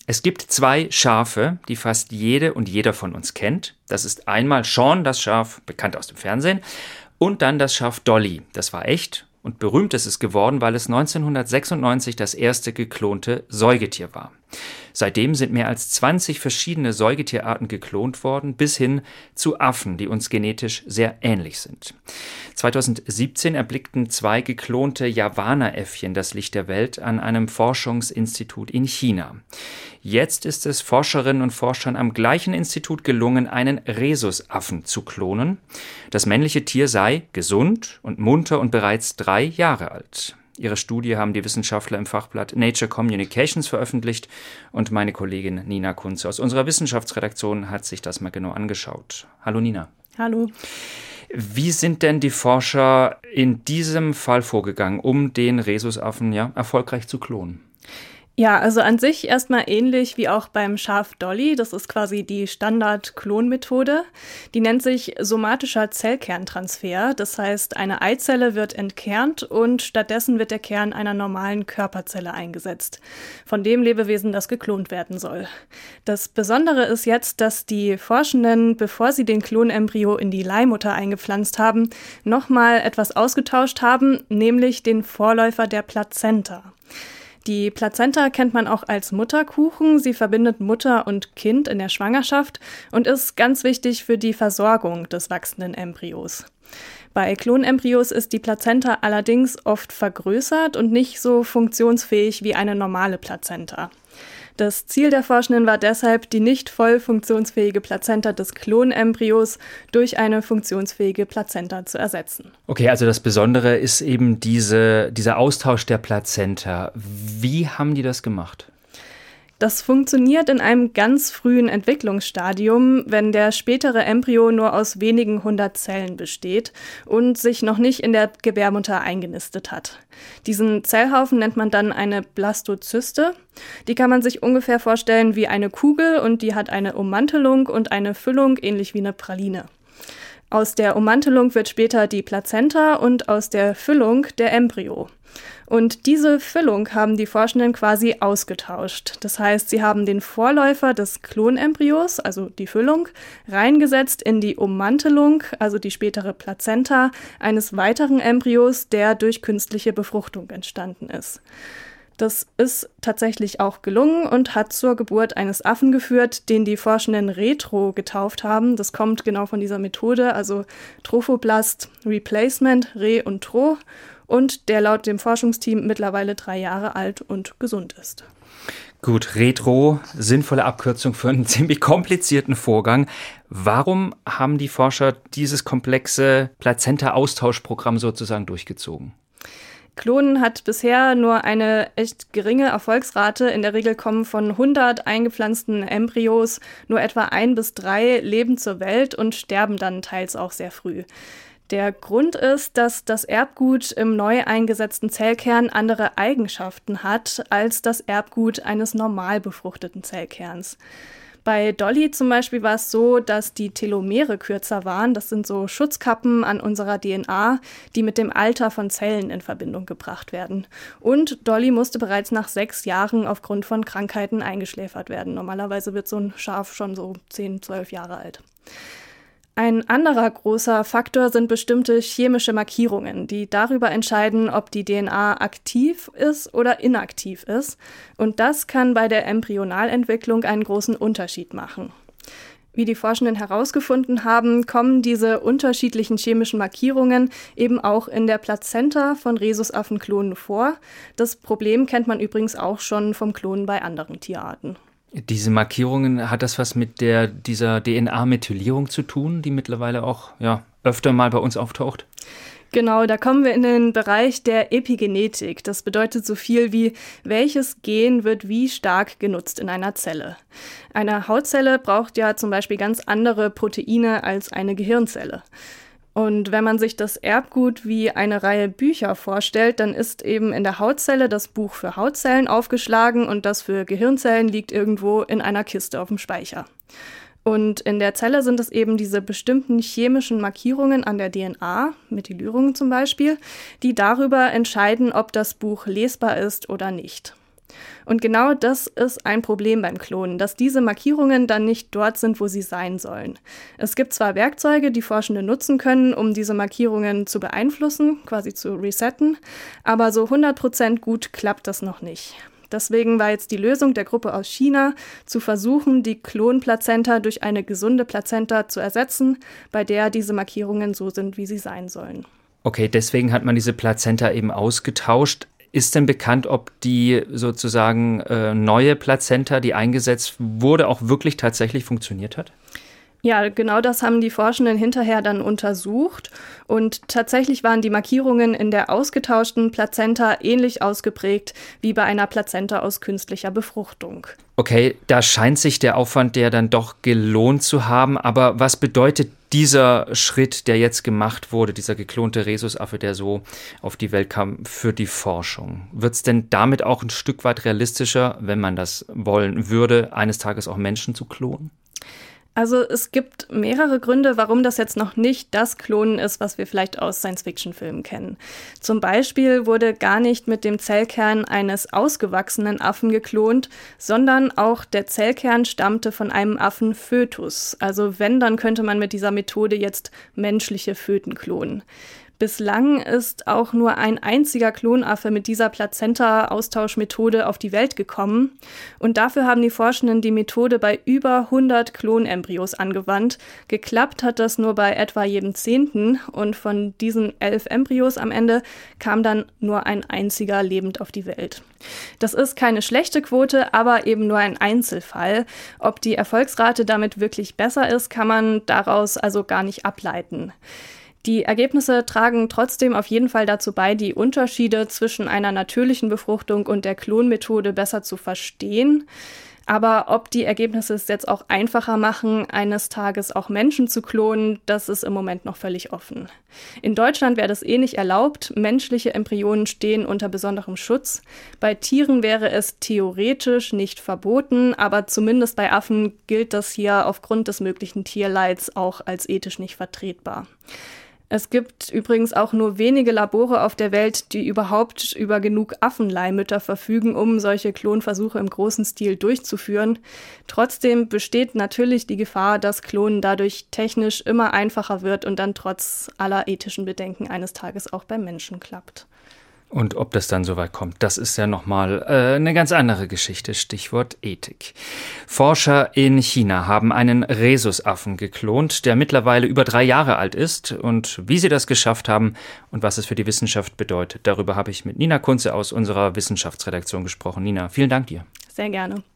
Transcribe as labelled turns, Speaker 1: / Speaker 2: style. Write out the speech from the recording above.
Speaker 1: Es gibt 2 Schafe, die fast jede und jeder von uns kennt. Das ist einmal Shaun, das Schaf, bekannt aus dem Fernsehen, und dann das Schaf Dolly. Das war echt und berühmt ist es geworden, weil es 1996 das erste geklonte Säugetier war. Seitdem sind mehr als 20 verschiedene Säugetierarten geklont worden, bis hin zu Affen, die uns genetisch sehr ähnlich sind. 2017 erblickten 2 geklonte Javaneräffchen das Licht der Welt an einem Forschungsinstitut in China. Jetzt ist es Forscherinnen und Forschern am gleichen Institut gelungen, einen Rhesusaffen zu klonen. Das männliche Tier sei gesund und munter und bereits 3 Jahre alt. Ihre Studie haben die Wissenschaftler im Fachblatt Nature Communications veröffentlicht und meine Kollegin Nina Kunze aus unserer Wissenschaftsredaktion hat sich das mal genau angeschaut. Hallo Nina.
Speaker 2: Hallo.
Speaker 1: Wie sind denn die Forscher in diesem Fall vorgegangen, um den Rhesusaffen erfolgreich zu klonen?
Speaker 2: Ja, also an sich erstmal ähnlich wie auch beim Schaf Dolly. Das ist quasi die Standard-Klonmethode. Die nennt sich somatischer Zellkerntransfer. Das heißt, eine Eizelle wird entkernt und stattdessen wird der Kern einer normalen Körperzelle eingesetzt, von dem Lebewesen, das geklont werden soll. Das Besondere ist jetzt, dass die Forschenden, bevor sie den Klonembryo in die Leihmutter eingepflanzt haben, nochmal etwas ausgetauscht haben, nämlich den Vorläufer der Plazenta. Die Plazenta kennt man auch als Mutterkuchen. Sie verbindet Mutter und Kind in der Schwangerschaft und ist ganz wichtig für die Versorgung des wachsenden Embryos. Bei Klonembryos ist die Plazenta allerdings oft vergrößert und nicht so funktionsfähig wie eine normale Plazenta. Das Ziel der Forschenden war deshalb, die nicht voll funktionsfähige Plazenta des Klonembryos durch eine funktionsfähige Plazenta zu ersetzen.
Speaker 1: Okay, also das Besondere ist eben dieser Austausch der Plazenta. Wie haben die das gemacht?
Speaker 2: Das funktioniert in einem ganz frühen Entwicklungsstadium, wenn der spätere Embryo nur aus wenigen 100 Zellen besteht und sich noch nicht in der Gebärmutter eingenistet hat. Diesen Zellhaufen nennt man dann eine Blastozyste. Die kann man sich ungefähr vorstellen wie eine Kugel und die hat eine Ummantelung und eine Füllung, ähnlich wie eine Praline. Aus der Ummantelung wird später die Plazenta und aus der Füllung der Embryo. Und diese Füllung haben die Forschenden quasi ausgetauscht. Das heißt, sie haben den Vorläufer des Klonembryos, also die Füllung, reingesetzt in die Ummantelung, also die spätere Plazenta, eines weiteren Embryos, der durch künstliche Befruchtung entstanden ist. Das ist tatsächlich auch gelungen und hat zur Geburt eines Affen geführt, den die Forschenden Retro getauft haben. Das kommt genau von dieser Methode, also Trophoblast Replacement, Re und Tro, und der laut dem Forschungsteam mittlerweile 3 Jahre alt und gesund ist.
Speaker 1: Gut, Retro, sinnvolle Abkürzung für einen ziemlich komplizierten Vorgang. Warum haben die Forscher dieses komplexe Plazenta-Austauschprogramm sozusagen durchgezogen?
Speaker 2: Klonen hat bisher nur eine echt geringe Erfolgsrate. In der Regel kommen von 100 eingepflanzten Embryos nur etwa 1 bis 3 leben zur Welt und sterben dann teils auch sehr früh. Der Grund ist, dass das Erbgut im neu eingesetzten Zellkern andere Eigenschaften hat als das Erbgut eines normal befruchteten Zellkerns. Bei Dolly zum Beispiel war es so, dass die Telomere kürzer waren. Das sind so Schutzkappen an unserer DNA, die mit dem Alter von Zellen in Verbindung gebracht werden. Und Dolly musste bereits nach 6 Jahren aufgrund von Krankheiten eingeschläfert werden. Normalerweise wird so ein Schaf schon so 10, 12 Jahre alt. Ein anderer großer Faktor sind bestimmte chemische Markierungen, die darüber entscheiden, ob die DNA aktiv ist oder inaktiv ist. Und das kann bei der Embryonalentwicklung einen großen Unterschied machen. Wie die Forschenden herausgefunden haben, kommen diese unterschiedlichen chemischen Markierungen eben auch in der Plazenta von Rhesusaffenklonen vor. Das Problem kennt man übrigens auch schon vom Klonen bei anderen Tierarten.
Speaker 1: Diese Markierungen, hat das was mit dieser DNA-Methylierung zu tun, die mittlerweile auch öfter mal bei uns auftaucht?
Speaker 2: Genau, da kommen wir in den Bereich der Epigenetik. Das bedeutet so viel wie, welches Gen wird wie stark genutzt in einer Zelle. Eine Hautzelle braucht ja zum Beispiel ganz andere Proteine als eine Gehirnzelle. Und wenn man sich das Erbgut wie eine Reihe Bücher vorstellt, dann ist eben in der Hautzelle das Buch für Hautzellen aufgeschlagen und das für Gehirnzellen liegt irgendwo in einer Kiste auf dem Speicher. Und in der Zelle sind es eben diese bestimmten chemischen Markierungen an der DNA, Methylierungen zum Beispiel, die darüber entscheiden, ob das Buch lesbar ist oder nicht. Und genau das ist ein Problem beim Klonen, dass diese Markierungen dann nicht dort sind, wo sie sein sollen. Es gibt zwar Werkzeuge, die Forschende nutzen können, um diese Markierungen zu beeinflussen, quasi zu resetten, aber so 100% gut klappt das noch nicht. Deswegen war jetzt die Lösung der Gruppe aus China, zu versuchen, die Klonplazenta durch eine gesunde Plazenta zu ersetzen, bei der diese Markierungen so sind, wie sie sein sollen.
Speaker 1: Okay, deswegen hat man diese Plazenta eben ausgetauscht. Ist denn bekannt, ob die sozusagen neue Plazenta, die eingesetzt wurde, auch wirklich tatsächlich funktioniert hat?
Speaker 2: Ja, genau das haben die Forschenden hinterher dann untersucht und tatsächlich waren die Markierungen in der ausgetauschten Plazenta ähnlich ausgeprägt wie bei einer Plazenta aus künstlicher Befruchtung.
Speaker 1: Okay, da scheint sich der Aufwand ja dann doch gelohnt zu haben, aber was bedeutet dieser Schritt, der jetzt gemacht wurde, dieser geklonte Rhesusaffe, der so auf die Welt kam, für die Forschung? Wird es denn damit auch ein Stück weit realistischer, wenn man das wollen würde, eines Tages auch Menschen zu klonen?
Speaker 2: Also es gibt mehrere Gründe, warum das jetzt noch nicht das Klonen ist, was wir vielleicht aus Science-Fiction-Filmen kennen. Zum Beispiel wurde gar nicht mit dem Zellkern eines ausgewachsenen Affen geklont, sondern auch der Zellkern stammte von einem Affenfötus. Also wenn, dann könnte man mit dieser Methode jetzt menschliche Föten klonen. Bislang ist auch nur ein einziger Klonaffe mit dieser Plazenta-Austauschmethode auf die Welt gekommen. Und dafür haben die Forschenden die Methode bei über 100 Klonembryos angewandt. Geklappt hat das nur bei etwa jedem 10. Und von diesen 11 Embryos am Ende kam dann nur ein einziger lebend auf die Welt. Das ist keine schlechte Quote, aber eben nur ein Einzelfall. Ob die Erfolgsrate damit wirklich besser ist, kann man daraus also gar nicht ableiten. Die Ergebnisse tragen trotzdem auf jeden Fall dazu bei, die Unterschiede zwischen einer natürlichen Befruchtung und der Klonmethode besser zu verstehen. Aber ob die Ergebnisse es jetzt auch einfacher machen, eines Tages auch Menschen zu klonen, das ist im Moment noch völlig offen. In Deutschland wäre das nicht erlaubt. Menschliche Embryonen stehen unter besonderem Schutz. Bei Tieren wäre es theoretisch nicht verboten, aber zumindest bei Affen gilt das hier aufgrund des möglichen Tierleids auch als ethisch nicht vertretbar. Es gibt übrigens auch nur wenige Labore auf der Welt, die überhaupt über genug Affenleihmütter verfügen, um solche Klonversuche im großen Stil durchzuführen. Trotzdem besteht natürlich die Gefahr, dass Klonen dadurch technisch immer einfacher wird und dann trotz aller ethischen Bedenken eines Tages auch beim Menschen klappt.
Speaker 1: Und ob das dann soweit kommt, das ist ja nochmal eine ganz andere Geschichte, Stichwort Ethik. Forscher in China haben einen Rhesusaffen geklont, der mittlerweile über 3 Jahre alt ist. Und wie sie das geschafft haben und was es für die Wissenschaft bedeutet, darüber habe ich mit Nina Kunze aus unserer Wissenschaftsredaktion gesprochen. Nina, vielen Dank dir.
Speaker 2: Sehr gerne.